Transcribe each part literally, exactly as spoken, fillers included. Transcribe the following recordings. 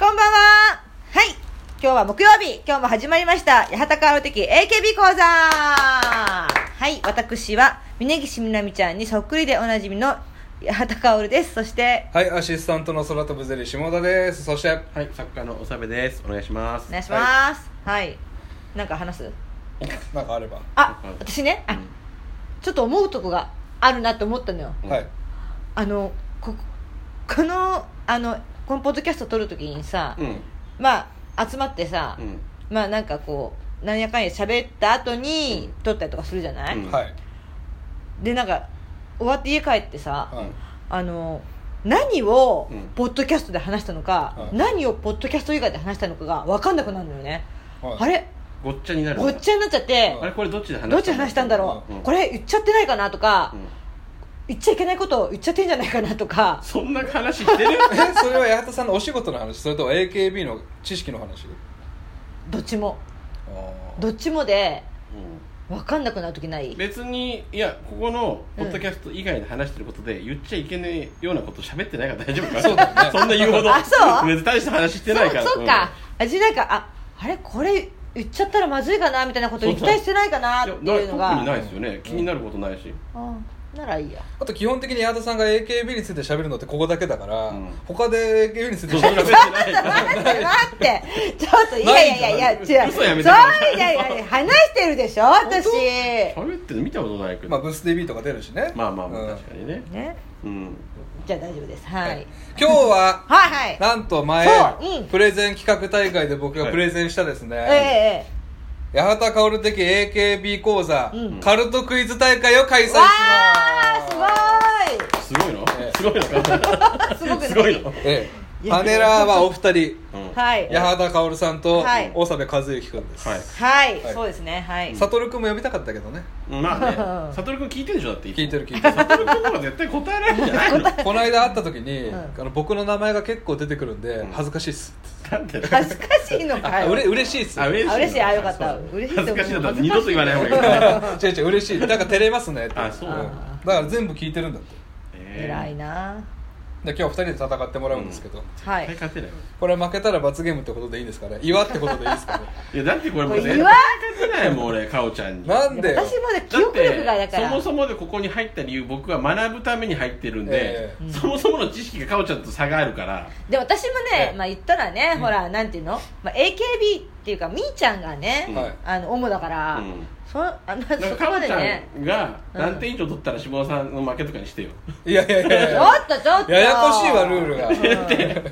こんばんは。はい、今日は木曜日。今日も始まりました八幡薫的 エーケービー 講座。はい、私は峯岸みなみちゃんにそっくりでおなじみの八幡薫です。そしてはい、アシスタントの空飛ぶゼリー下田です。そしてはい、作家のおさべです。お願いします。 お願いします。はい、はい、なんか話すなんかあれば。 あ、私ね、あ、うん、ちょっと思うとこがあるなと思ったのよ。 はい。 あのここのあのこのポッドキャスト撮るときにさ、うん、まあ集まってさ、うん、まあなんかこう何やかんや喋った後に撮ったりとかするじゃない、うん、はい。でなんか終わって家帰ってさ、うん、あの何をポッドキャストで話したのか、うん、何をポッドキャスト以外で話したのかが分かんなくなるのよね、はい、あれごっちゃになるごっちゃになっちゃって、 あれこれどっちで話したどっちで話したんだろう、うん、これ言っちゃってないかなとか、うん、言っちゃいけないことを言っちゃってんじゃないかなとか。 そんな話してるえ、それは八幡さんのお仕事の話、それとも エーケービー の知識の話？ どっちも。どっちもで、うん、分かんなくなる時ない？ 別に、いや、ここのポッドキャスト以外で話してることで、うん、言っちゃいけないようなこと喋ってないから大丈夫か。 そうだね。 そんな言うほどあ、そう別に大した話してないから。 そっか、うん、あ、じゃなんか、あ、あれこれ言っちゃったらまずいかなみたいなこと言ったりしてないかなっていうのが特にないですよね。気になることないし、 うん、ならいいや。 あと基本的に八幡さんが エーケービー について喋るのってここだけだから、うん、他で エーケービー について喋るってないから待って待ってちょっといやいやいやいや違う、 嘘やめてそういやいやいや話してるでしょ私。 喋ってるの見たことないけど、 まあブース ティービー とか出るしね。 まあまあまあ、うん、確かにね。 ね、うん、じゃあ大丈夫です。はい、はい、 今日ははいはい、 なんと前、うん、プレゼン企画大会で僕がプレゼンしたですね、はい、えー八幡薫的 エーケービー 講座、うん、カルトクイズ大会を開催します。 すごいすごいの、ええ、すごいのすごくすごいの、 ええ、パネラーはお二人、 うん、はい、 八幡薫さんと大沢和之くんです。 はい、はいはい、そうですね。はい。 悟くんも呼びたかったけどね。 まあね。悟くん聞いてるでしょだって。 聞いてる聞いてる。 悟くんの方が絶対答えられるんじゃないの。 この間会った時に、うん、あの僕の名前が結構出てくるんで恥ずかしいっす。 なんで恥ずかしいのかよ。 うれ嬉しいっす。 あ嬉しい。あ嬉しい。あよかった。嬉しい。 恥ずかしいのだと二度と言わない方がいいから。 違う違う嬉しい。なんか照れますねって。 あそう。だから全部聞いてるんだって。 偉いな。 で今日ふたりで戦ってもらうんですけど、うん、 はい、 これ負けたら罰ゲームってことでいいですかね。岩ってことでいいですかね。 いやだってこれもう絶対岩勝てないもん俺かおちゃんに。 なんで私もね記憶力がだからそもそもでここに入った理由僕は学ぶために入ってるんで、えー、そもそもの知識がかおちゃんと差があるから。 で私もね、まあ言ったらね、うん、ほらなんていうの、まあ、エーケービー っていうかみーちゃんがね、うん、あの主だから、うん、そあのそこまでねが何点以上取ったら下田さんの負けとかにしてよ。 いやいやいやいやちょっとちょっとややこしいわルールが、うん、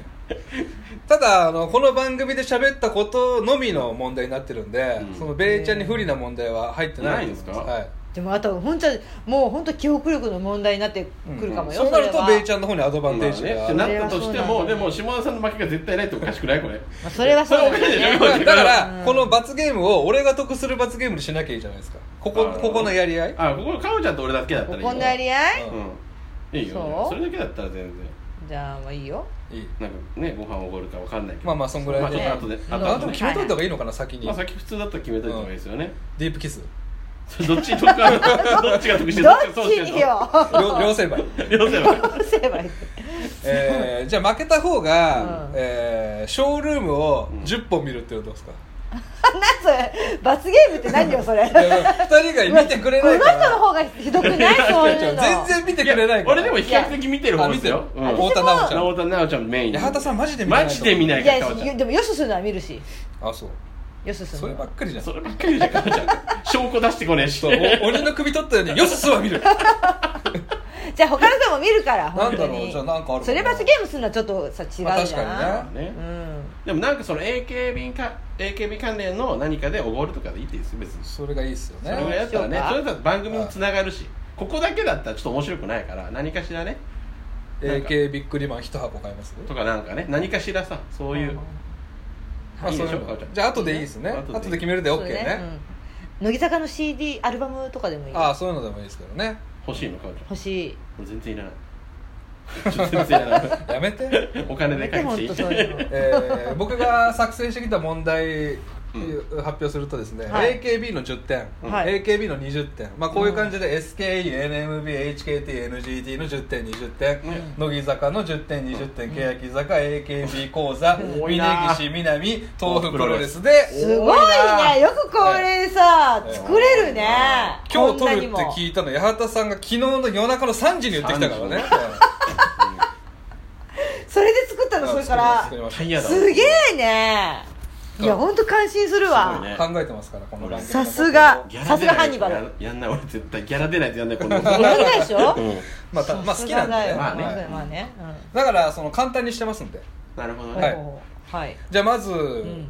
ただあのこの番組で喋ったことのみの問題になってるんで、うん、そのベイちゃんに不利な問題は入ってないんですか。はい、 でもあと本当もう本当記憶力の問題になってくるかもよ、 うんうん、そうなるとベイちゃんの方にアドバンテージが、 まあね、ってなったとしても、でも下田さんの負けが絶対ないっておかしくないこれ、まあ、それはそうだね。 だから、うん、この罰ゲームを俺が得する罰ゲームにしなきゃいいじゃないですか。ここここのやり合い、 あここのかおちゃんと俺だけだったらいいよ。 ここのやり合い、 うん、いいよ、ね、それだけだったら全然。 じゃあまあいいよ。 いいなんかねご飯おごるかわかんないけど、 まあまあそんぐらいで、 まあ、ちょっと後で、 あとあと決めといた方がいいのかな先に。 まあ先普通だったら決めといた方がいいですよね、うん、 ディープキスどっち得かどっちが得してどっちよ両成敗両成敗両成敗えー、じゃあ負けた方が、うんえー、ショールームをじゅっぽん見るっていうのどうですか。 何それ罰ゲームって何よそれ。ふたりが見てくれないからこの人の方がひどくないそういうの。 全然見てくれないから。 俺でも比較的見てる方ですよ。 うん、太田奈緒ちゃん太田奈緒ちゃんメイン。 八幡さんマジで見ない。 マジで見ないから。 いやでもよしするのは見るし。 あそうよしするのそればっかりじゃん。 そればっかりじゃんかおちゃん証拠出してこねえし鬼の首取ったようによしすは見るじゃあ他の人も見るからなんだろう。じゃあなんかあるかな。 それ罰ゲームするのはちょっとさ違うじゃん、まあ、 確かに ね, ね、 うん、 でもなんかその エーケービー か エーケービー 関連の何かでおごるとかでいいっていいですよ別に。 それがいいっすよね。 それぐらいだったらねそれだったら番組につながるし、ここだけだったらちょっと面白くないから何かしらねエーケー ビックリマン一箱買いますとかなんかね何かしらさそういう、 うん、いいでしょ。じゃあ後でいいですね。後で決めるで OK ね、ね、 うん、乃木坂の シーディー アルバムとかでもいい。 ああそういうのでもいいですけどね。 欲しいのかおちゃん。 欲しい。 全然いらない全然いらないやめてお金で買いしい、 えー、僕が作成してきた問題発表するとですね、 はい、 エーケービー のじゅってん、 はい、 エーケービー のにじゅってん、まあ、こういう感じで エスケーイー、エヌエムビー、エイチケーティー、エヌジーティー のじゅってん、にじゅってん、うん、乃木坂のじゅってん、にじゅってん、欅坂、エーケービー 講座、峯岸みなみ、東北プロレスですごいね、よくこれさ、えー、作れるね、 えー、今日撮るって聞いたの八幡さんが昨日の夜中のさんじに言ってきたからねそれで作ったの。それからすげえね。いや本当感心するわ、 ね、考えてますからこのランキング。 さすがさすがハンニバル。 やんない、俺絶対ギャラ出ないとやんないこのやんないでしょ、うん、 まあ、まあ好きなんでね、 まあね、はい、まあね、うん、 だからその簡単にしてますんで。 なるほどね、はい、はい、じゃあまず、うん、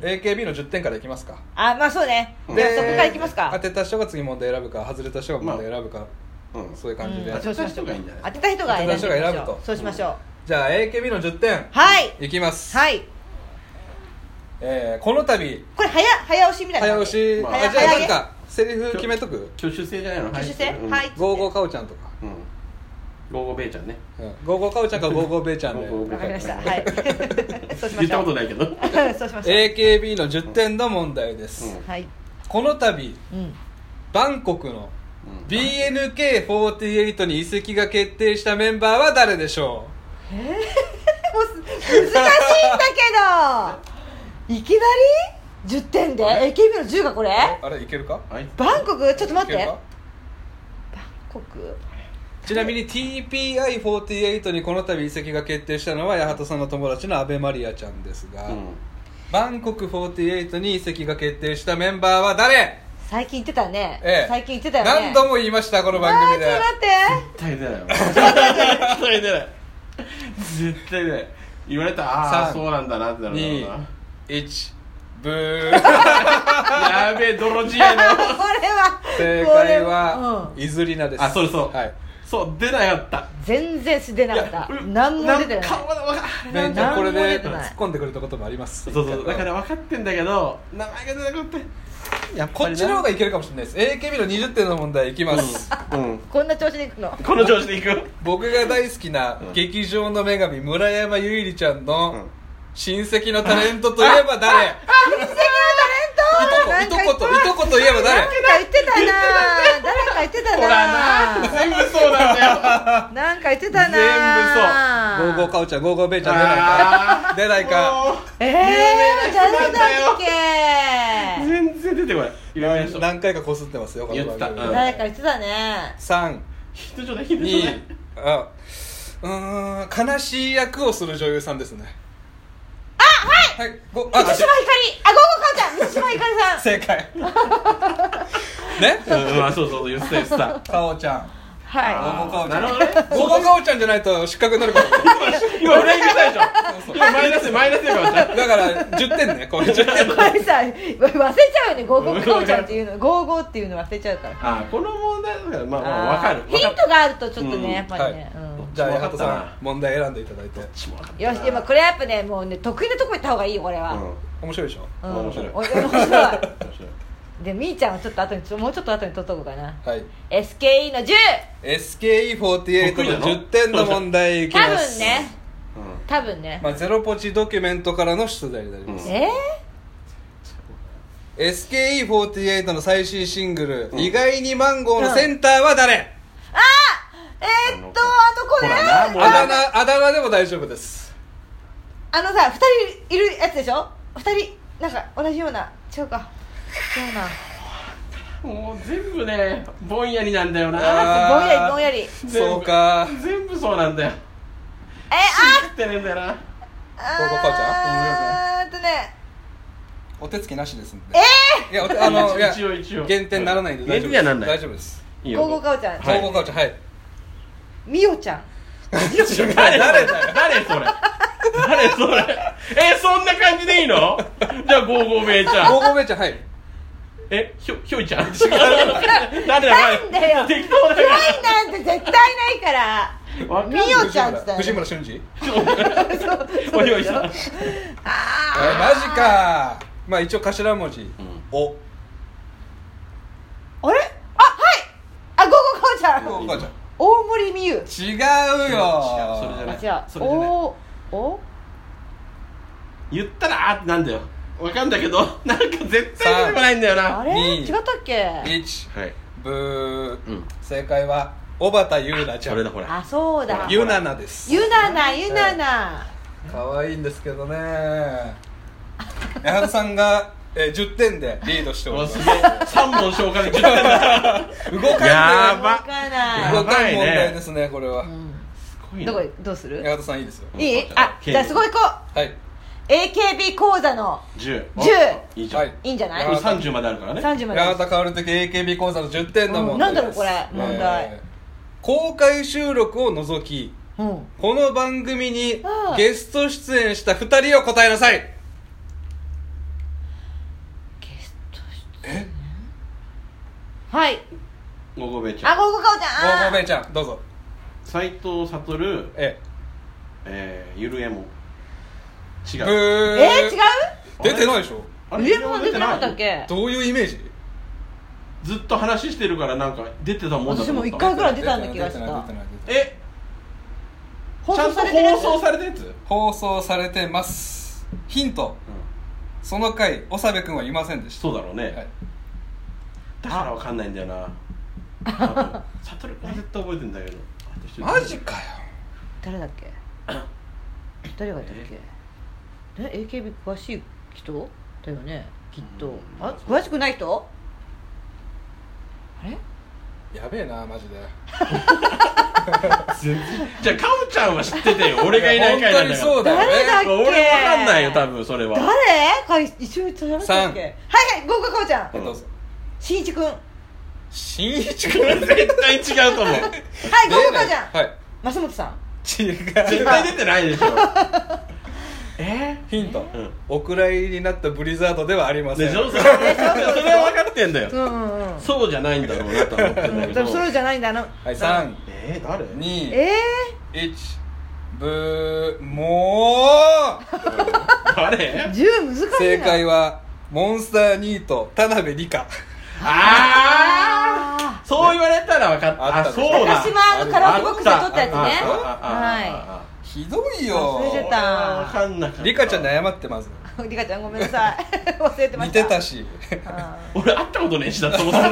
エーケービー のじゅってんからいきますか。 あ、まあそうね、じゃあそこからいきますか。 当てた人が次問題選ぶか、外れた人が問題選ぶか、まあ、うん、そういう感じで、 うん、 当てた人がいいんじゃない。当てた人が選ぶと、そうしましょう、うん、 じゃあ エーケービー のじゅってん、 はい、 いきます。 はい、 えー、この度これ早早押しみたいな。 早押し、まあ、あじゃあなんかセリフ決めとく。 挙手制じゃないの。 挙手制、はい。 ゴーゴーかおちゃんとか、 うん、ゴーゴーベイちゃんね、 うん、ゴーゴーかおちゃんかゴーゴーベイちゃんでわかりました。はいそうしましょう。 言ったことないけどそうしましょう。 エーケービー のじゅってんの問題です、 うん、はい。この度、うん、バンコクの ビーエヌケーフォーティーエイト に移籍が決定したメンバーは誰でしょう。 えー、もう難しいんだけどいきなりじゅってんで エーケービー のじゅうがこれあれいけるか。 バンコクちょっと待って、バンコク。 ちなみに ティーピーアイフォーティーエイト にこの度移籍が決定したのは八幡さんの友達の阿部マリアちゃんですが、うん、バンコクフォーティーエイトに移籍が決定したメンバーは誰。 最近言ってたね、 ええ、 最近言ってたよね。 何度も言いましたこの番組で。 あーちょっと待って絶対出ない絶対出ない絶対出ない。言われたらああそうなんだなってなるんだろうな。 いちブーやべえ泥仕合のこれは正解は、うん、イズリナです。 あ、そうそう、 はい、 そう出なかった。 全然出なかった。何も出てない。 顔まだ分かベンちゃんこれで突っ込んでくれたこともあります。 そうそう、だから分かってんだけど名前が出なかった。 やっぱこっちの方がいけるかもしれないです。 エーケービー のにじゅってんの問題いきます、 うんうん、こんな調子でいくの。 この調子でいく僕が大好きな劇場の女神村山ゆいりちゃんの親戚のタレントといえば誰。親戚のタレントいとこといとこといえば誰。 誰か言ってたな。誰か言ってたな。 ほらな全部そうなんだよなんか言ってたな。 全部そう。ゴーゴーかおちゃんゴーゴーベイちゃん出ないか出ないか。 えー誰だっけ。 全然出てこない。 何, 何回かこすってますよこの番組。 誰か言ってたね。 さんにあうーん悲しい役をする女優さんですね。 あ、はい、 はい、ごあ、満島ひかり。あ、ゴーゴーかおちゃん、満島ひかりさん。 正解ね、 うん、あ、そうそう、言ってた言ってたかおちゃん。 はい。 ゴーゴーかおちゃん。 なるほどね。 ゴーゴーかおちゃんじゃないと失格になるから今裏切りたいでしょ。今マイナスマイナスよ。 だからじゅってんね、これじゅってん。 これさ、忘れちゃうよね、ゴーゴーかおちゃんっていうの、ゴーゴーっていうの忘れちゃうから。 あ、この問題だから、まあまあわかる。 ヒントがあるとちょっとね、やっぱりね。 じゃあ八幡さん問題選んでいただいて。 よし、でもこれやっぱね、もうね得意なとこ行った方がいいよこれは。 面白いでしょ。 面白い。 面白い。でみーちゃんはちょっと後にもうちょっと後に取っとこうかな。 はい。 エスケーイー のじゅう。エスケーイーフォーティーエイト のじゅってんの問題いきます。多分ね。多分ね。まあゼロポチドキュメントからの出題になります。えー、エスケーイーフォーティーエイト の最新シングル、うん、意外にマンゴーのセンターは誰？うん、あえー、っとあの子ね。あだ名あだ名でも大丈夫です。あのさふたりいるやつでしょ。ふたりなんか同じような違うか。そうなもう全部ねぼんやりなんだよな。あぼんやりぼんやりそうか全部そうなんだよ。えあっってねえんだよな。ここかおちゃんえーっとねお手つきなしですんで。えー、いやおあのいや一応一応減点ならないんで大丈夫です。大丈夫です。ゴーゴーかおちゃんゴーゴーかおちゃんはいみおちゃん誰だよ誰それ誰それえそんな感じでいいの。じゃあゴーゴーベイちゃんゴーゴーベイちゃんはいえ、ひょ、ひょいちゃん違う誰だなんだよ適当だよ。ひょいなんて絶対ないからみおちゃんって言ったよ藤村俊二そうひょいさんあーマジか。まあ一応頭文字、うん、おあれあはいあゴーゴーかおちゃんゴーゴーかおちゃん大森美優違うよ。それじゃない。おお言ったらあってなんだよ。 わかんだけどなんか絶対出てこないんだよな。 あれ違ったっけ。 いちはいブー、 うん、 正解は小畑優奈ちゃん。 これだこれ。 あそうだゆななです。 ゆななゆなな可愛いんですけどね。矢幡さんがえじゅってんでリードしております。 さんぼん消化でじゅってんだ。 動かんね。 やば動かない動かん問題ですねこれは、うん、 すごいどこどうする。 矢幡さんいいですよ。 いい。あじゃあすごい行こう。 はいエーケービー 講座のじゅう。 じゅういいじゃん、はい、 いいんじゃない。 これさんじゅうまであるからね。 さんじゅうまで。 矢幡薫的 エーケービー 講座のじゅってんの問題です、 うん、なんだろうこれ問題、えー公開収録を除き、うん、この番組にゲスト出演したふたりを答えなさい。 ゲスト出演。はい。 ゴーゴーベイちゃん。 あ、ゴーゴーかおちゃん。 ゴーゴーベイちゃんどうぞ。 斉藤悟。 ええー、ゆるえも違う。 えー、違う。 出てないでしょ。 ゆるえも出てなかったっけ。 どういうイメージ。 ずっと話してるからなんか出てたもんだと思った。 私もいっかいぐらい出たんだ気がした。 え放送されてる放送されたやつ。 放送されてます。ヒント、うん、その回長部君はいませんでした。 そうだろうね、はい、だからわかんないんだよな。悟君は絶対覚えてんだけど。 マジかよ。 誰だっけ。誰がいたっけ。え エーケービー 詳しい人だよねきっと。あ詳しくない人。あれやべえなマジで。 じゃあカオちゃんは知っててよ。俺がいない回なんだから。 そうだよね。 誰だっけ。 俺わかんないよ多分それは。 誰か一緒に喋ったっけ。はいはいゴーゴーかおちゃん。 どうぞ。 しんいちくん。 しんいちくん絶対違うと思う。はいゴーゴーかおちゃん。 はい増本さん。 違う。 絶対出てないでしょ。えー、ヒント、うん、お蔵入りになったブリザードではありません。 でしょ。それは分かってんだよ、 うんうんうん、 そうじゃないんだろうなと思ってんだけど。 そうじゃないんだな。 はいさんえー、誰にえー、いちブーもう誰じゅう難しいな。 正解はモンスターニート田辺理香。 ああそう言われたら分かった。あそうだ。 高島のカラオケボックスで撮ったやつね。はい。 ひどいよ。 忘れてた。 分かんなかった。 リカちゃんに謝ってまず。 リカちゃんごめんなさい。忘れてました。 似てたし。 俺会ったことねえしだと思ったね。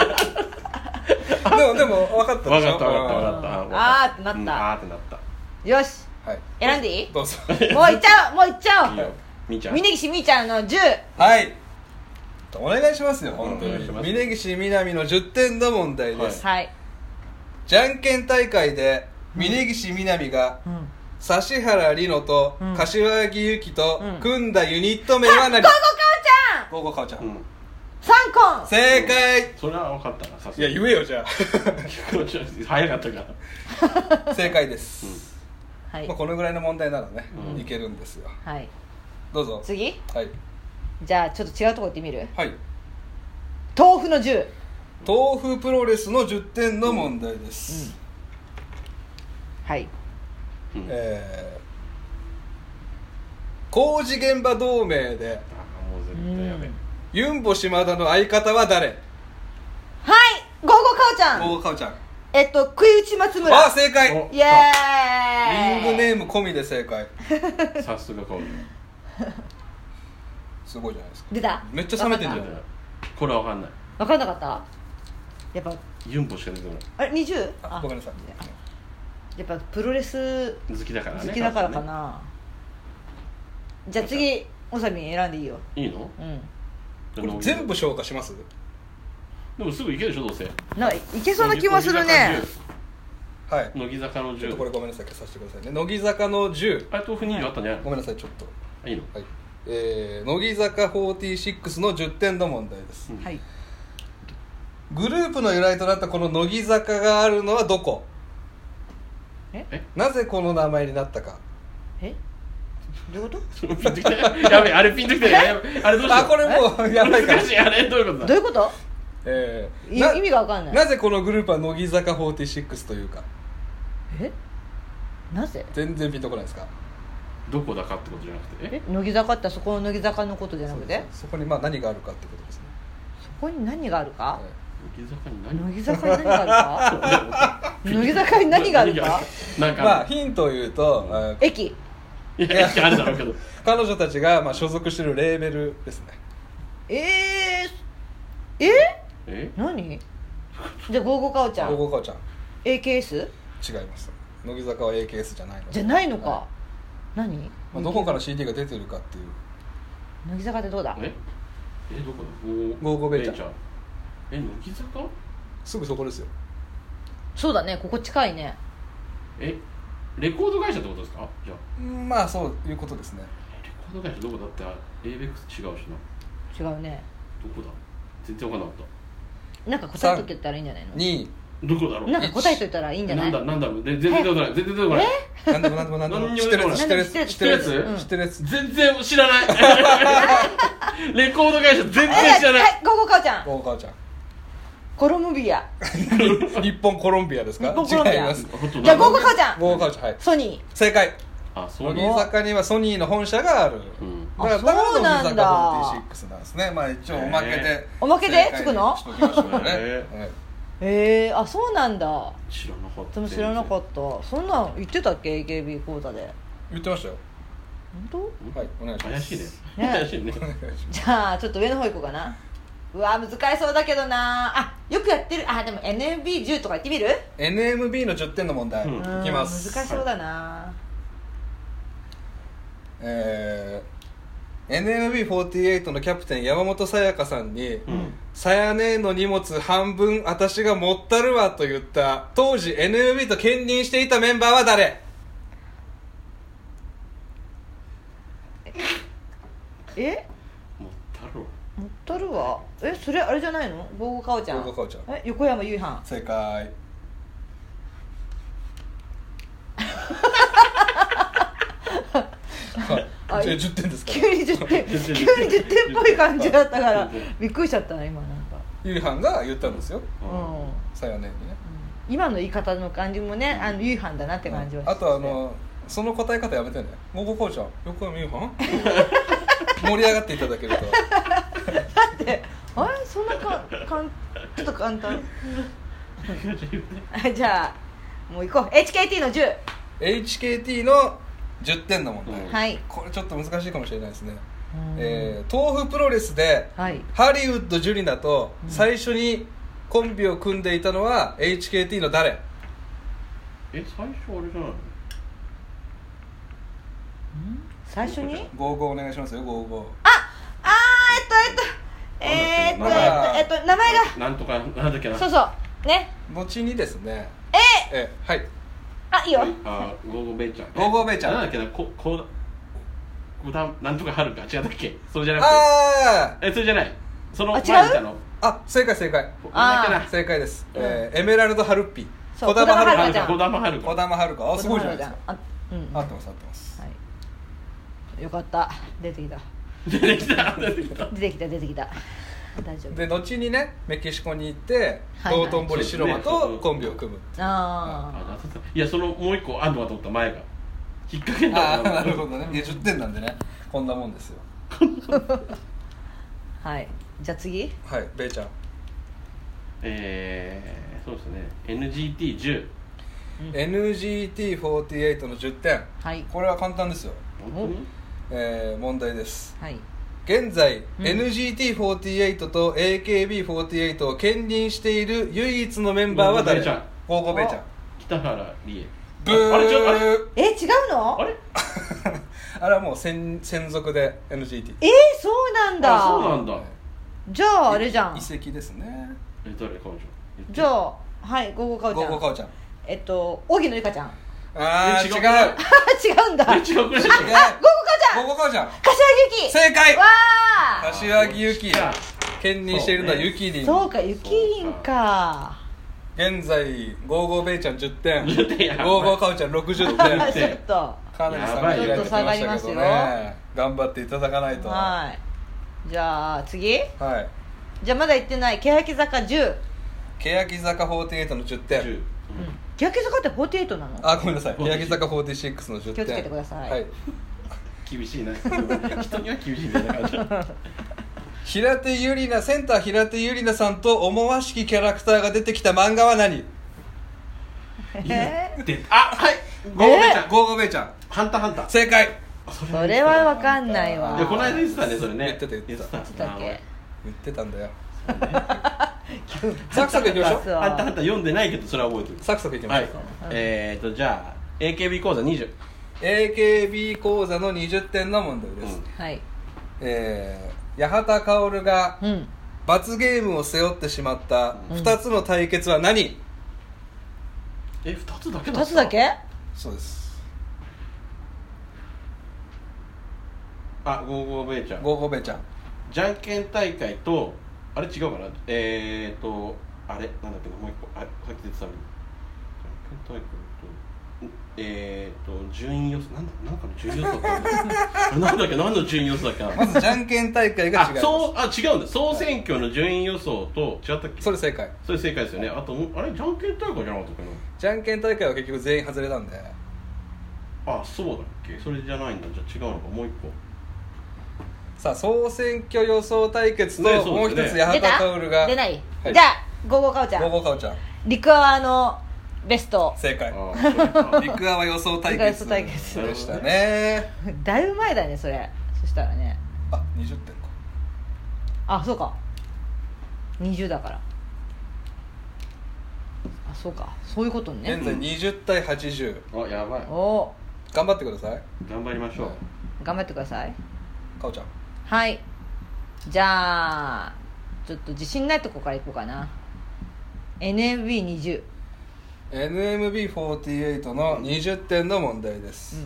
でもでも分かったでしょ。 分かった分かった分かった。 あーってなった。 あーってなった。 よし。 はい。 選んでいい？ どうぞ。 もういっちゃおうもういっちゃおう。 いいよ。みーちゃん。 峯岸みーちゃんのじゅう。 はい。お願いしますよ本当に。峯岸みなみのじゅってんの問題です。 はい。 じゃんけん大会で峯岸みなみが指原莉乃と柏木由紀と組んだユニット名は何？ ゴーゴーかおちゃん。 ゴーゴーかおちゃん。 サンコン。 正解。 それは分かったな。さすがにいや言えよじゃあ。 早かったから。正解です。 うん、はい。 まあこのぐらいの問題ならね、うん、いけるんですよ。 はい。 どうぞ。 次。 はい。 じゃあちょっと違うとこ行ってみる？ はい。 豆腐のじゅう。 豆腐プロレスのじゅってんの問題です。 うんうん、はい。 えー、工事現場同盟でユンボ島田の相方は誰？はいゴーゴーかおちゃん。 ゴーゴーかおちゃん。 えっと食い打ち松村。 あ正解。 イエーイ。 リングネーム込みで正解。 さすがかおちゃん。 すごいじゃないですか。 出た。 めっちゃ冷めてんじゃん。 これわかんない。 わかんなかった。やっぱユンボしか出てこない。 あれにじゅう？ あごめんなさい。 やっぱプロレス好きだからね。 好きだからかな。じゃあ次おさみん選んでいいよ。 いいの？ うん。これ全部消化します？ でもすぐ行けるでしょどうせ。 なんかいけそうな気もするね。 はい。 乃木坂のじゅう。 ちょっとこれごめんなさい消させてくださいね。乃木坂のじゅう。 あ豆腐にじゅうあったんじゃない？ ごめんなさいちょっと。 いいの？ はい。えー、乃木坂フォーティーシックスのじゅってんの問題です。 はい。 グループの由来となったこの乃木坂があるのはどこ？ え？ なぜこの名前になったか？ え？どういうこと？ ピンときた。やべえあれピンときたよ。あれどうしよう。 あこれもうやばいから。 難しいあれどういうことだ？ どういうこと？ えー、 意味がわかんない。 なぜこのグループは乃木坂フォーティーシックスというか？ え？なぜ？ 全然ピンとこないですか？ どこだかってことじゃなくて？ え？乃木坂ってそこの乃木坂のことじゃなくて？ そ, そこにまあ何があるかってことですね。 そこに何があるか？はい乃木坂に何？ 乃木坂に何があるか？乃木坂に何があるか？ なんかまあヒントを言うと、 駅。 いやあるだろうけど彼女たちがまあ所属してるレーベルですね。 えー、ええ何じゃあゴーゴーカオちゃんゴーゴーカオちゃんエーケーエス違います。乃木坂は エーケーエス じゃないので。 じゃないのか、 はい、 何、 まあ、どこから シーディー が出てるかっていう。 乃木坂ってどうだええどこだゴーゴーベイちゃん。 え乃木坂すぐそこですよ。 そうだね、ここ近いね。 えレコード会社ってことですか？じゃあまあそういうことですね。 レコード会社どこだって エーベックス 違うし違な。 うね。 どこだ全然分かんなかっなんか答えとけたらいいんじゃないの？ にどこだろう。 なんか答えといたらいいんじゃない？ なんだなんだろう。全然出てこない。全然出てこない。 なんでもなんでもなんでも知ってるやつ知ってるやつ知ってるやつ知ってるやつ。 全然知らない。レコード会社全然知らない。 はい、ゴーゴーカオちゃん。 ゴーゴーカオちゃん。 コロンビア。 日本コロンビアですか？ 日本コロンビア。 違います。 じゃあゴーゴーカオちゃん。 ゴーゴーカオちゃん、はい。 ソニー。 正解。 あ、ソニー。乃木坂にはソニーの本社がある。うん。だからだから乃木坂フォーティーシックスなんですね。まあ一応おまけで。 おまけでつくの？ しときましょうね。 ええー、あ、そうなんだ。 知らなかった。 でも知らなかった。そんなん言ってたっけ エーケービー 講座で。 言ってましたよ。 本当？はい、お願いします。 怪しいね。 ね怪しいね。 じゃあちょっと上の方行こうかな。うわ難しそうだけどなあ。よくやってる。あでも エヌエムビーじゅう とか言ってみる？ エヌエムビー のじゅってんの問題、うん、いきます。 難しそうだな、はい、 えー、エヌエムビーフォーティーエイト のキャプテン山本さやかさんに「さやねの荷物半分私が持ったるわ」と言った当時 エヌエムビー と兼任していたメンバーは誰？ え持ったるわ持ったるわ。えそれあれじゃないの？ゴーゴーカオちゃん。 ゴーゴーカオちゃん。 え横山由依はん。 正解。あ、じゅってんですか？ 急にじゅってん急にじゅってんっぽい感じだったからびっくりしちゃったな今。なんかゆいはんが言ったんですよ。うんさやねにね、 うん、今の言い方の感じもね、あのゆいはんだなって感じはして、 うん、あとあのその答え方やめてね。ゴーゴーカオちゃん横山ゆいはん盛り上がっていただけると。 だってあれそんなかかんちょっと簡単。じゃあもう行こう。 エイチケーティー のじゅう。 エイチケーティー のじゅってんの問題、 はい、 これちょっと難しいかもしれないですね。えー、豆腐プロレスで、 はい、 ハリウッドジュリナと最初にコンビを組んでいたのは エイチケーティー の誰？ え最初あれじゃないの？ 最初にゴーゴーお願いしますよ。ゴーゴー。 ああーえっとえっとえー、っとえっとえっと名前がなんとかなんだっけな。 そうそうね。 後にですね。 ええはいあいいよ。 あゴーゴーベイちゃん。 ゴーゴーベイちゃん。 なんだっけなここうこだなんとかはるか違ったっけ？それじゃなくて。 ああえそれじゃない。その前にいたの。 あ正解正解。 あ正解です。 うんえー、エメラルドハルッピ。 小玉はるかちゃん。 小玉はるか。 小玉はるか。あすごいじゃないですか。 あ、うん、 合ってます合ってます。 はい。よかった出てきた。 出てきた出てきた出てきた出てきた。大丈夫。 で後にねメキシコに行って、 はいはい、 道頓堀白間とコンビを組む。 ああ。 いやそのもう一個あんのかと思った前が引っ掛けんだ。 あなるほどね。いやじゅってんなんでねこんなもんですよ。 はいじゃあ次。 はいベイちゃん。 えー、そうですね エヌジーティーじゅう、 うん、エヌジーティーフォーティーエイト のじゅってん、 はい、 これは簡単ですよ。 本当に、 えー、問題です、 はい、 現在、 うん、 エヌジーティーフォーティーエイト と エーケービーフォーティーエイト を兼任している唯一のメンバーは誰？ゴーゴーベイちゃん。 北原理恵。 ブー。 あれちょあれえ違うの？ あれあれはもう専専属で エヌジーティー。 えー、そうなんだ。 あそうなんだ。 じゃああれじゃん。 遺跡ですね。 え誰彼女？ じゃあはいゴーゴーカオちゃん。 ゴーゴーカオちゃん。 えっと荻野由香ちゃん。 あー違う。違うんだ。 違うこれ。違う。ゴーゴーカオちゃん。 ゴーゴーカオちゃん。 柏木由紀。 正解。 わあ。 柏木由紀。兼任しているのはゆきりん。 そうかゆきりんか。 現在ゴーゴーベイちゃんじゅってん、ゴじゅってんーゴーカオちゃんろくじゅってん。 ちょっとかなり差が開いてきましたけどね。頑張っていただかないと。 はい。じゃあ次。 はい。 じゃあまだ言ってない欅坂じゅう。 欅坂フォーティーエイトのじゅってん。 うん欅坂ってフォーティーエイトなの？ あごめんなさい。欅坂フォーティーシックスのじゅってん。 気をつけてください。 はい。 厳しいな。人には厳しいんだよ。 平手友梨奈、センター平手友梨奈さんと思わしきキャラクターが出てきた漫画は何？ えー、 であはいゴーゴーベイちゃん。 ゴーゴーベイちゃん。 ハンターハンター。 正解。 それは分かんないわ。 いやこの間言ってたねそれね。 言ってた言ってた言ってたっけ。 言ってたんだよ。サクサクいきましょう。 あんたあんた読んでないけどそれは覚えてる。 サクサクいきましょう。 はい、えーとじゃあ エーケービー 講座にじゅうエーケービー 講座のにじゅってんの問題です、 うん、はい。 えー、八幡薫が罰ゲームを背負ってしまったふたつの対決は何、うん、 え、ふたつだけだった？ ふたつだけ？ そうです。 あ、ゴーゴーベイちゃんゴーゴーベイちゃんじゃんけん大会とあれ違うかな、えーとあれなんだっけな、もう一個あさっき出てたのにじゃんけん大会とえーと順位予想なんだなんかの順位予想だったんだなんだっけ何の順位予想だっけなまずじゃんけん大会が違います。 あそうあ違うんだ、総選挙の順位予想と違ったっけ？ それ正解。 それ正解ですよね。あとあれじゃんけん大会じゃなかったっけな。 じゃんけん大会は結局全員外れたんで。 あ、そうだっけ。それじゃないんだ。じゃあ違うのか、もう一個。 さあ総選挙予想対決と、ね、もう一つ八幡薫が出ない、はい、じゃあゴーゴーカオちゃんゴーゴーカオちゃん陸泡のベスト正解。陸泡予想対決でしたね。 だいぶ前だねそれ。そしたらねあにじゅってんか。 あそうかにじゅうだから。あそうかそういうことね。 現在にじゅうたいはちじゅう。 あやばい。 お頑張ってください。 頑張りましょう、はい、 頑張ってください。 かおちゃん。 はい。じゃあちょっと自信ないとこからいこうかな。 エヌエムビーにじゅうエヌエムビーフォーティーエイト のにじゅってんの問題です、うん、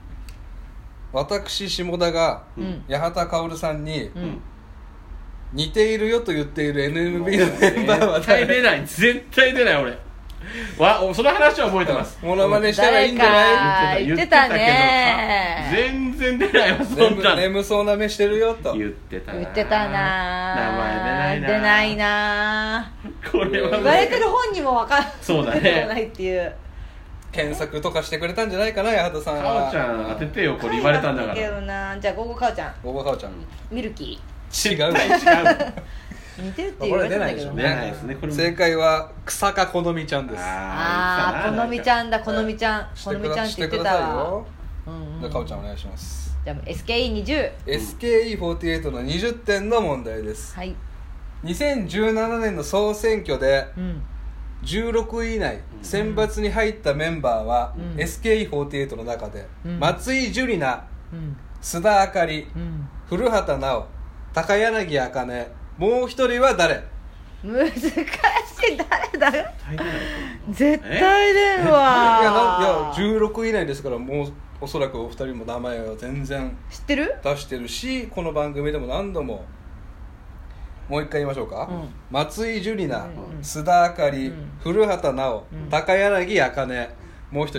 私下田が、うん、八幡薫さんに、うん、似ているよと言っている エヌエムビー のメンバーは絶対出ない絶対出ない俺わその話は覚えてます。 モノマネしたらいいんじゃない？言ってたね。 全然出ないわそんな。 眠そうな目してるよと言ってたな。 言ってたな。 名前出ないな。 出ないな。 これは言われてる本にも分かんない。 そうだね。 ないっていう。 検索とかしてくれたんじゃないかな八幡さんは。 かおちゃん当ててよこれ言われたんだから。 けどな。じゃあゴーゴーかおちゃん。 ゴーゴーかおちゃん。 ミルキー。違う違う。 似てるって言われてんだけどね。 正解は草加好美ちゃんです。 ああ好美ちゃんだ好美ちゃん好美ちゃんって言ってたわ。 じゃあかおちゃんお願いします。 じゃあ エスケーイーにじゅうエスケーイーフォーティーエイト のにじゅってんの問題です。 はいにせんじゅうななねんの総選挙でじゅうろくい以内選抜に入ったメンバーは エスケーイーフォーティーエイト の中で松井樹里奈、須田あかり、古畑奈央、高柳茜、もう一人は誰？ 難しい。誰だ？絶対出んわ。 いやいやじゅうろくい以内ですから、もうおそらくお二人も名前は全然知ってる？ 出してるし、この番組でも何度も。もう一回言いましょうか、うん、松井樹里奈、うん、須田あかり、うん、古畑奈央、うん、高柳茜、もう一人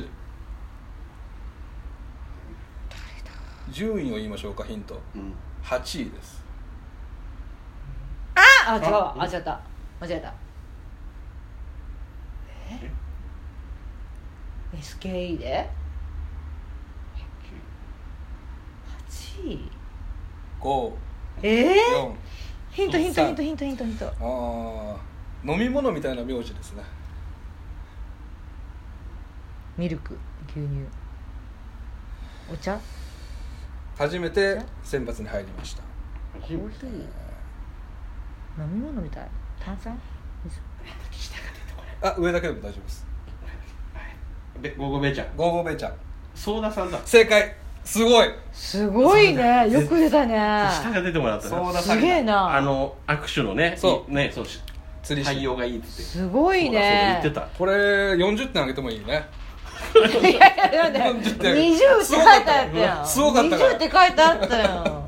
順位を言いましょうか。ヒント、うん、はちいです。 ああ違うわ。あ、違った。間違えた。え エスケーイー ではちい。 ご、 えー、 よん、 ヒントヒントヒントヒントヒントヒント。ああ、飲み物みたいな名字ですね。 ミルク、牛乳、お茶。 初めて選抜に入りました。 コーヒー、飲み物みたい。炭酸、水。 あ、上だけでも大丈夫です。 ゴーゴーベイちゃん。 ゴーゴーベイちゃん。 ソーダさんだ。 正解。すごい。 すごいね。よく出たね。 下が出てもらった。 ソーダさん。 すげえな。 あの握手のね。 そうね、そう。 釣り対応がいいって。 すごいね。 言ってた。 これよんじゅってんあげてもいいね。 いやいやいや、にじゅうって書いてあったよ。 すごかったから。 にじゅうって書いてあったよ。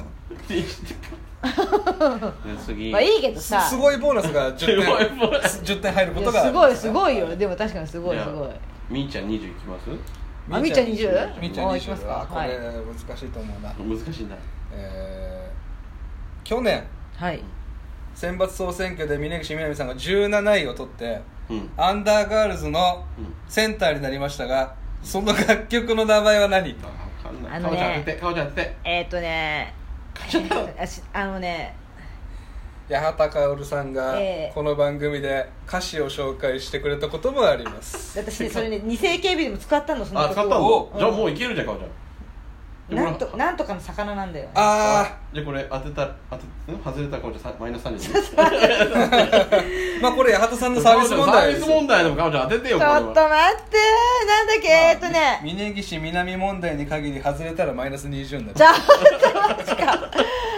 まあいいけどさ、 すごいボーナスがじゅってん入ることがすごいすごいよ。でも確かにすごいすごい。 みーちゃんにじゅういきます？ あ、みーちゃんにじゅう？ みーちゃんにじゅう。あ、これ難しいと思うな。 難しいな。 えー、去年、 はい、 選抜総選挙で峯岸みなみさんがじゅうなないを取って、うん、アンダーガールズのセンターになりましたが、その楽曲の名前は何？ あのね、 顔ちゃんってえーっとねあのね八幡薫さんがこの番組で歌詞を紹介してくれたこともあります。 私ね、それね、偽 エーケービー でも使ったの、その曲を。あ、使ったの？じゃあもういけるじゃん、かおちゃん。 なんとなんとかの魚なんだよね。 あじゃあこれ当てた当て外れたらこれじゃマイナスさんじゅうまあこれ八幡さんのサービス問題サービス問題でも彼女当ててよちょっと待って、なんだっけ、えっとね、 峯岸みなみ問題に限り外れたらマイナスにじゅうになる。 じゃあマジか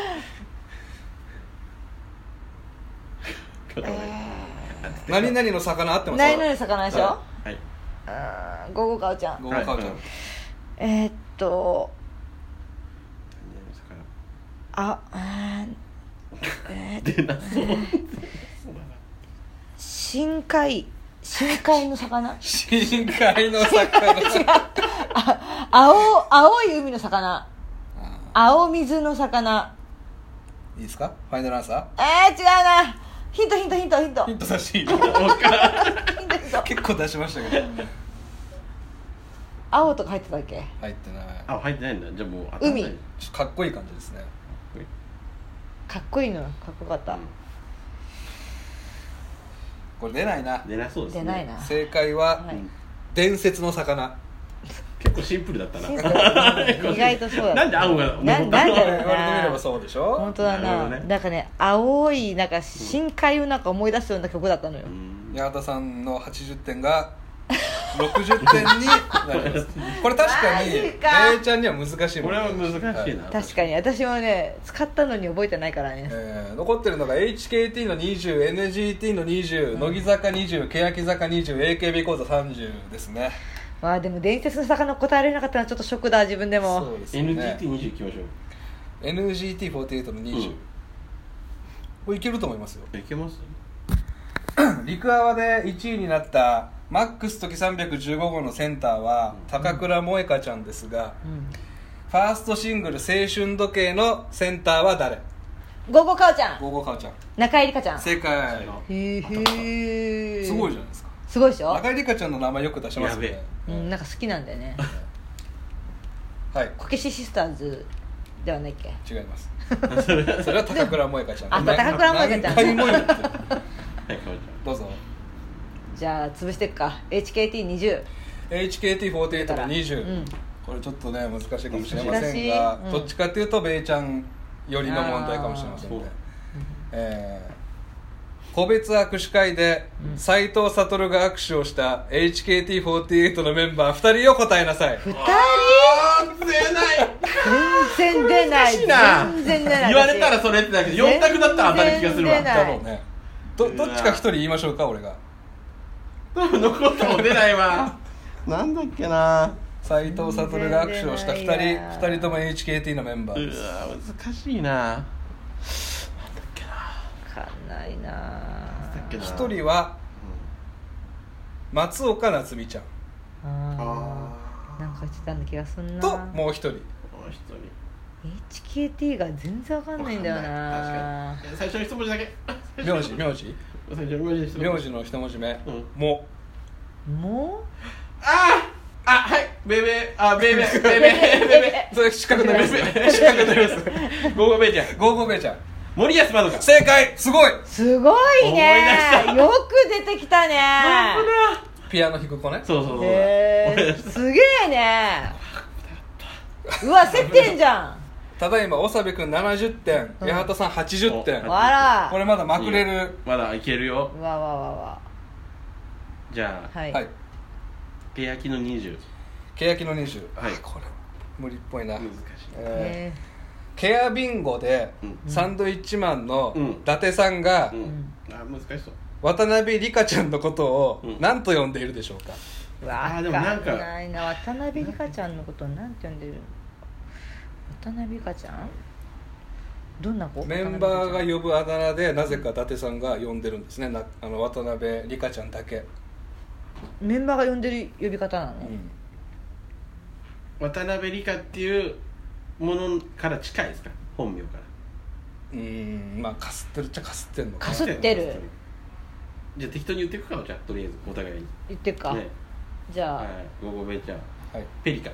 何々の魚合ってます？ 何々の魚でしょ。 はい。 うん、ゴゴカオちゃん。 ゴゴカオちゃん。 えー、っとああえー、 出なそう深海深海の魚深海の魚あ青青い海の魚、青水の魚。 いいですか？ファイナルアンサー？ えー、違うな。ヒントヒントヒントヒントヒント差しいいの結構出しましたけど青とか入ってたっけ？ 入ってない。 あ、入ってないんだ。じゃあもう海かっこいい感じですね。 かっこいいの、かっこよかった、うん、 これ出ないな。 出なそうですね。 出ないな。 正解は、はい、伝説の魚。 結構シンプルだったな。 意外とそうだった。 なんで青がななんだろうな。 言われてみればそうでしょ。 本当だな。な, ね、なんかね、青いなんか深海をなんか思い出すような曲だったのよ。 八幡さんのはちじゅってんがろくじゅってんになります。これ確かにレイちゃんには難しいもん。 これは難しいな。 確かに私もね使ったのに覚えてないからね、 えー、残ってるのが エイチケーティー のにじゅう、エヌジーティー のにじゅう、うん、乃木坂にじゅう、欅坂にじゅう、エーケービー 講座さんじゅうですね。 まあでも伝説の魚答えられなかったのはちょっとショックだ自分でも。 そうですね。 エヌジーティーにじゅう いきましょう。 エヌジーティーよんじゅうはち のにじゅう、うん、これいけると思いますよ。 いけます陸アワでいちいになったマックス時さんびゃくじゅうご号のセンターは高倉萌香ちゃんですが、うん、ファーストシングル青春時計のセンターは誰？ ゴゴカオちゃん。 ゴゴカオちゃん。 中井梨花ちゃん。 正解。 へえ。 すごいじゃないですか。 すごいでしょ。 中井梨花ちゃんの名前よく出しますよね。 うん、なんか好きなんだよねはい。 こけしシスターズではないっけ？ 違いますそれは高倉萌香ちゃん。 あ、高倉萌香ちゃん。 何回も言ってるどうぞ。 じゃあ潰していくか。 エイチケーティーにじゅう、 エイチケーティーよんじゅうはち のにじゅう、うん、これちょっとね難しいかもしれませんが、うん、どっちかっていうとベイちゃん寄りの問題かもしれませんね。えー、個別握手会で斉藤悟が握手をした エイチケーティーよんじゅうはち のメンバーふたりを答えなさい。 ふたり？ 出ない全然出ない。全然出ない。 言われたらそれってだけどよん択だったら当たる気がするわ。 だろうね。ど, どっちかひとり言いましょうか。俺が残ったも出ないわなんだっけな。 斉藤悟が握手をしたふたり、ふたりとも エイチケーティー のメンバーです。 うわ難しいな。なんだっけな。 分かんないな。 ひとりは松岡夏美ちゃん。 ああ、なんか言ってたんだ気がすんな。 ともうひとり。 もうひとりエイチケーティー が全然わかんないんだよな。 確かに。最初の一文字だけ。 名字名字名字の一文字目、うん、ももあああはいベイベーあベイベーベイベーベイベーそれ四角になります四角になりますゴーゴーベイちゃんゴーゴーベイちゃん森保まどか。 正解。すごいすごいね。よく出てきたね。 ピアノ弾く子ね。 そうそうそう。 へーすげえね。うわ競ってんじゃん。 ただいま長部君ななじゅってん、うん、八幡さんはちじゅってん。 わらこれまだまくれる。 まだいけるよ。 わわわわ。 じゃあ、 はい、 欅のにじゅう。 欅のにじゅう。 はい。 これ無理っぽいな。 難しい。 えー、ケアビンゴで、うん、サンドイッチマンの伊達さんが、 うんうん、あ難しそう。 渡辺梨香ちゃんのことを何と呼んでいるでしょうか。 うん、わあでもなんかないな。渡辺梨香ちゃんのことを何て呼んでる。渡辺梨香ちゃんどんな子？ メンバーが呼ぶあだ名でなぜか伊達さんが呼んでるんですね。なあの渡辺梨香ちゃんだけ。 メンバーが呼んでる呼び方なの、 うん、渡辺梨香っていうものから近いですか？本名から。 うーんまあかすってるっちゃかすってんのかかすってる。 じゃあ適当に言っていくか。じゃあとりあえずお互いに言っていくか、ね、じゃあ、はい、 ゴゴベちゃん、 はい、 ペリカン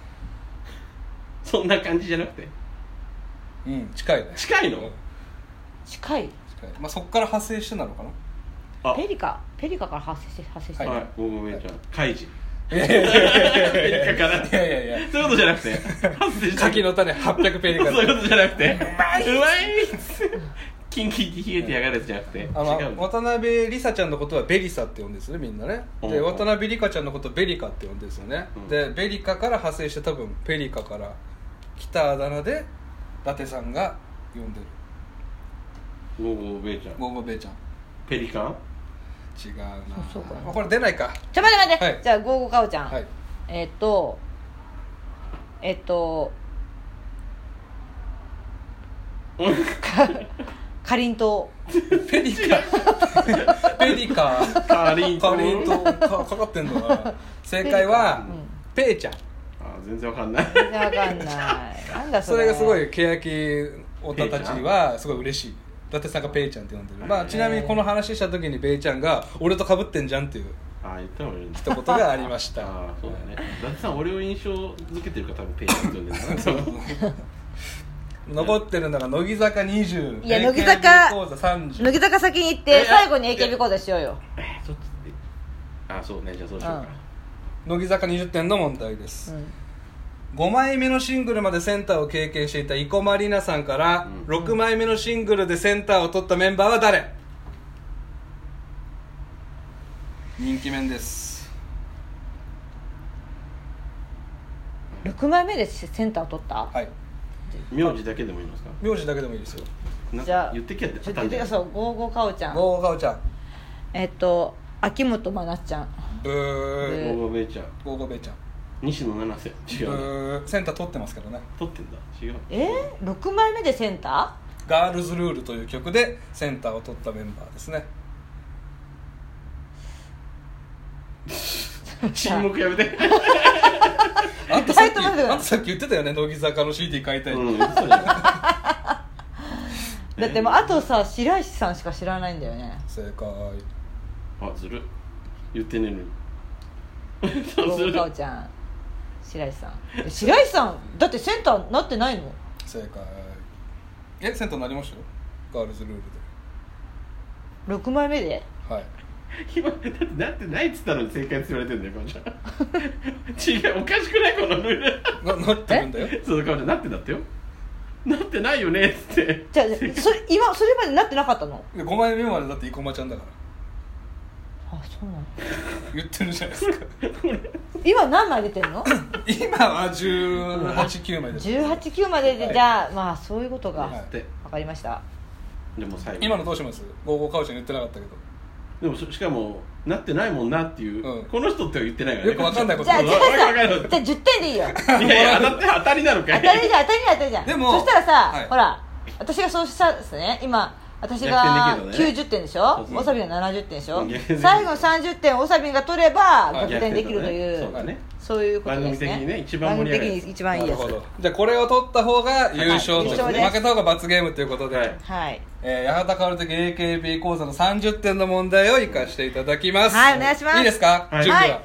そんな感じじゃなくて。 うん近いね。 近いの？ 近い。 近い。まあそこから派生してなのかな。 ペリカペリカから発生して発生してる。 はい。ゴゴベちゃん、カイジ。 いやいやいやいやペリカからいやいやいやそういうことじゃなくて発生した柿の種はっぴゃくペリカそういうことじゃなくてうまいうまいキンキンに冷えてやがるやつじゃなくて違うあの渡辺梨沙ちゃんのことはベリサって呼んでるんですねみんなねでうん渡辺梨香ちゃんのことをベリカって呼んでるんですよね、うん、でベリカから派生して多分ペリカから来たあだ名で伊達さんが呼んでるゴーゴーベイちゃんゴーゴーベイちゃんペリカン違うなそうかな、 まあ、これ出ないかちょ待って待って、 はい、 じゃあゴーゴーカオちゃん、 はい、 えっとえっとかかりんとうペリカペリカかりんとうかりんとうかかかってんのかな正解は、うん、ペイちゃんあ全然わかんない全然わかんないなんだそれそれがすごい欅オタたちはすごい嬉しい伊達さんがペイちゃんって呼んでる、まあ、ちなみにこの話した時にペイちゃんが俺と被ってんじゃんっていうあ言ったもんね一言がありましたあそうだね伊達さん俺を印象づけてるから多分ペイちゃんって呼んでるんだな残ってるのが乃木坂にじゅういや乃木坂講座さんじゅう乃木坂先に行って最後に エーケービー 講座しようよえー、そっちあそうねじゃあそうしようか、 うん、乃木坂にじゅってんの問題です、うんごまいめのシングルまでセンターを経験していた生駒里奈さんから、うん、ろくまいめのシングルでセンターを取ったメンバーは誰？人気メンです。 ろくまいめでセンターを取った？ はい。 名字だけでもいいですか？ 名字だけでもいいですよ。 じゃあ言ってきやってちょっと言ってください。ゴーゴーカオちゃん。 ゴーゴーカオちゃん。 えっと秋元真夏ちゃん。 ブー。 ゴーゴーベイちゃん。 ゴーゴーベイちゃん。 西野七瀬違うセンター取ってますけどね取ってんだ違うえー、ろくまいめでセンターガールズルールという曲でセンターを取ったメンバーですね沈黙やめてあんたさっきあんたさっき言ってたよね乃木坂の シーディー 買いたいって、うん、だってもうあとさ白石さんしか知らないんだよね正解あずる言ってねえのにゴーゴーカオちゃん白石さん白石さんだってセンターなってないの正解えセンターなりましたよガールズルールでろくまいめではい今だってなってないっつったのに正解って言われてんだよかおちゃん違うおかしくないこのルールな, なってるんだよそうかおちゃんなってんだってよなってないよねっつってじゃあそれ今それまでなってなかったのごまいめまでだって生駒ちゃんだからあそうなの言ってるじゃないですか今何枚出てんの今はじゅうはち、きゅうまいですじゅうはち、きゅうまでで、はい、じゃあまあそういうことが分かりました、 でも最後今のどうしますゴーゴーカオちゃん言ってなかったけどでもしかもなってないもんなっていう、うん、この人っては言ってないからねよく分かんないことじゃあじゃあさじゃあじゅってんでいいよいやいや当たって当たりなのかい当たりじゃん当たりじゃん当たりじゃんでもそしたらさ、 はい、 ほら私がそうしたんですね今私がきゅうじゅってんでしょそうそうおさびがななじゅってんでしょ最後のさんじゅってんおさびが取れば逆転できるという、 そうだねそういうことですね番組的にね一番盛り上がる番組的に一番いいやつじゃあこれを取った方が優勝ということで、はい、負けた方が罰ゲームということで、はいえー、八幡薫的 エーケービー 講座のさんじゅってんの問題を生かしていただきますはいお願いしますいいですか、 はい、 準備は、 はい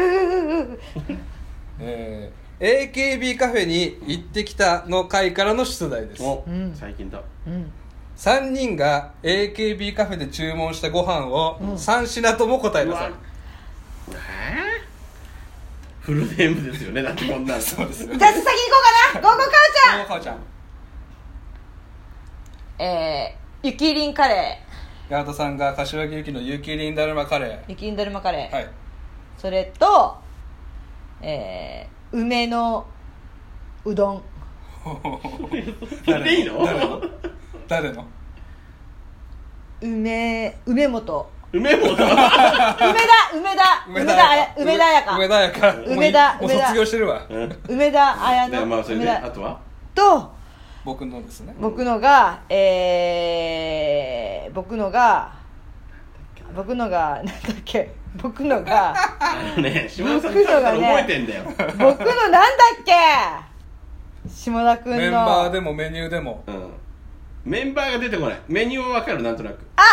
えー、エーケービー カフェに行ってきたの回からの出題ですお、うん、最近だうんさんにんが エーケービー カフェで注文したご飯をさん品とも答えなさい、うん、 えー、フルネームですよねだってこんなのそうですよじゃあ先行こうかなゴーゴーカオちゃんゴーゴーカオちゃんえー、ゆきりんカレー八幡さんが柏木由紀のゆきりんだるまカレーゆきりんだるまカレー、 はい、 それとえー、梅のうどんそれでいいの誰の誰の梅梅本梅本梅田梅田梅田あや梅田彩香梅田彩香梅田もう卒業してるわ梅田彩のまあそれであとはと僕のですね僕のがえー僕のが僕のがなんだっけ僕のがあのね下田さん覚えてんだよ僕のなんだっけ下田君のメンバーでもメニューでも、 うん、メンバーが出てこないメニューは分かるなんとなくあ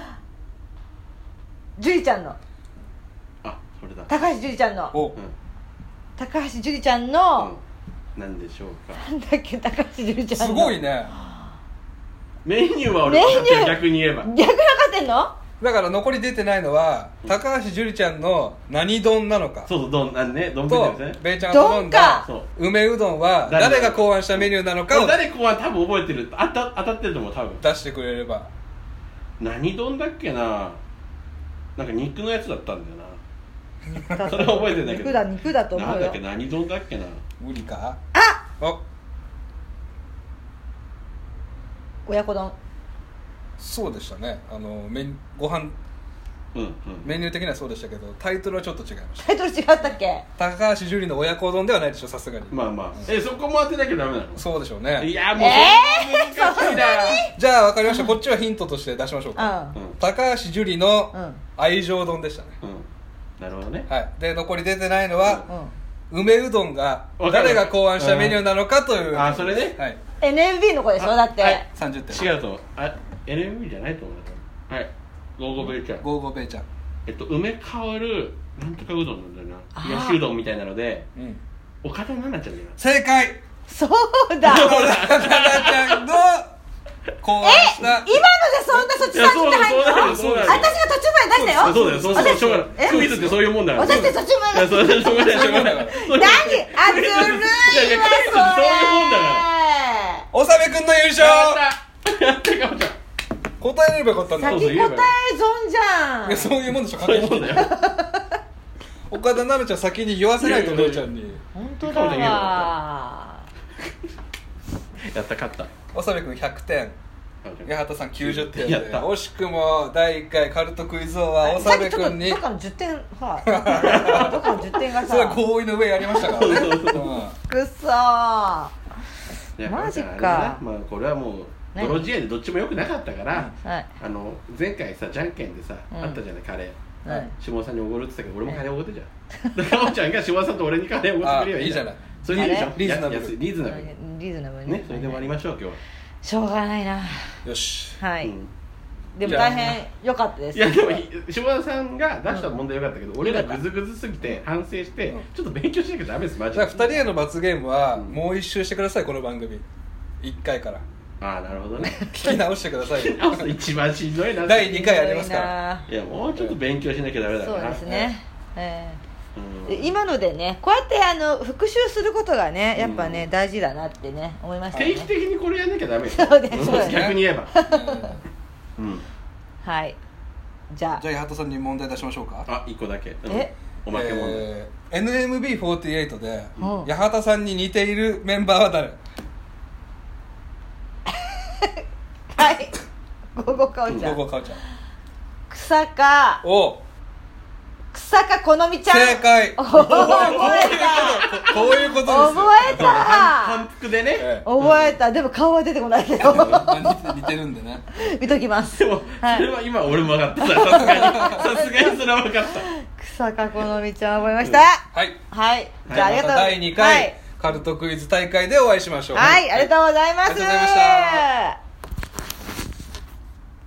樹里ちゃんのあそれだ高橋樹里ちゃんのお、うん、 高橋樹里ちゃんの、 うん、なんでしょうかなんだっけ高橋樹里ちゃんのすごいねメニューは俺分かってる逆に言えば逆に分かってんのだから残り出てないのは高橋樹里ちゃんの何丼なのか、 そうそう、どんなんね、どんぶりとですね。 ベイちゃんが頼んだそう梅うどんは誰が考案したメニューなのかを誰考案多分覚えてる、あた当たってると思う、多分。 出してくれれば。 何丼だっけな、なんか肉のやつだったんだよな。それは覚えてんだけど。 肉だ肉だと思うよ。 なんだっけ、何丼だっけな。 無理か。 あ、 お、 親子丼。 そうでしたね。あのメニご飯うんうん、 メニュー的にはそうでしたけど、タイトルはちょっと違いました。 タイトル違ったっけ？ 高橋樹里の親子丼ではないでしょ、さすがに。 まあまあ、え、そこも当てなきゃダメなの？ そうでしょうね。 いや、もうそんな難しいな。 じゃあ分かりました、こっちはヒントとして出しましょうか。 うん、 高橋樹里の愛情丼でしたね。 うん、なるほどね。 はい。で残り出てないのは、 うん、 梅うどんが誰が考案したメニューなのかという。 あ、それね。 はい。 エヌエムビー の子でしょ、だって。 はい、 さんじゅってん。 違うと、あ、エヌエムビー じゃないと思うな。はい。ゴーゴーベイちゃん。 ゴーゴーベイちゃん。 えっと、梅香るなんとかうどんなんだよな、冷やしうどんみたいなので、うん、岡田奈々ちゃんだよな。 正解。 そうだ。 岡田奈々ちゃんの考案した。 え、今のでそんなそっちさんじゅってん入るの？ そうだよ、 私が途中まで出したよ。 そうだよ、そうだよ、しょうがない。クイズってそういうもんだから。 私って途中まで。 いや、それしょうがない、しょうがない。何？ あ、ずるいわ、それ。 いやいや、クイズってそういうもんだから。 おさめくんの優勝。 やった、やったかもちゃん。 答えれればよかったんだ。 先答え損じゃん。 いや、そういうもんでしょ、勝手に。岡田奈々ちゃん先に言わせないと、姉ちゃんに。 本当だわ。 やった、勝った。 おさめくんひゃくてん、八幡さんきゅうじゅってんで、 やった。 惜しくもだいいっかいカルトクイズ王はおさめくんに。 どっかのじゅってん、はい。どっかのじゅってんがさ。 それは合意の上やりましたからね。 くそー。マジか。 まあこれはもう泥試合でどっちも良くなかったから、 はい、 あの前回さじゃんけんでさ、うん、あったじゃないカレー、はい、下田さんにおごるって言ったけど俺もカレーおごってじゃん。だからかおちゃんが下田さんと俺にカレーおごってくれればいいじゃない。それでいいでしょ。 リーズナブル。 リーズナブル。 リーズナブルね。それで終わりましょう今日は。 しょうがないな。 よし。 はい。うん、でも大変良かったです。 いやでも下田さんが出した問題良かったけど、うん、俺らグズグズすぎて反省して、うん、ちょっと勉強しなきゃダメですマジで。 ふたりへの罰ゲームは、うん、もう一周してくださいこの番組。いっかいから。 ああなるほどね。 聞き直してくださいよ。 一番しんどいな。 だいにかいありますから。 いやもうちょっと勉強しなきゃダメだから。 そうですね。えー、うん、今のでねこうやってあの復習することがねやっぱね、うん、大事だなってね思いましたね。 定期的にこれやんなきゃダメ。 そうです。 逆に言えば。うん。 はい。じゃあじゃあ八幡さんに問題出しましょうか。 あいっこだけ。うん、 えおまけ問題。 えー、エヌエムビーフォーティーエイト で、うん、八幡さんに似ているメンバーは誰？ はい、ゴーゴーかおちゃん。 ゴーゴーかおちゃん。 草加。 お。 草加好美ちゃん。 正解。 覚えた。 こういうことですよ。 覚えた。 反復でね。 覚えた。でも顔は出てこないけど。 似てるんでね。 見ときます。 でもそれは今俺も分かった。さすがにさすがにそれは分かった。 草加好美ちゃん覚えました。 はい。 はい。じゃあありがとう。 だいにかいカルトクイズ大会でお会いしましょう。 はい、ありがとうございます。 ありがとうございました。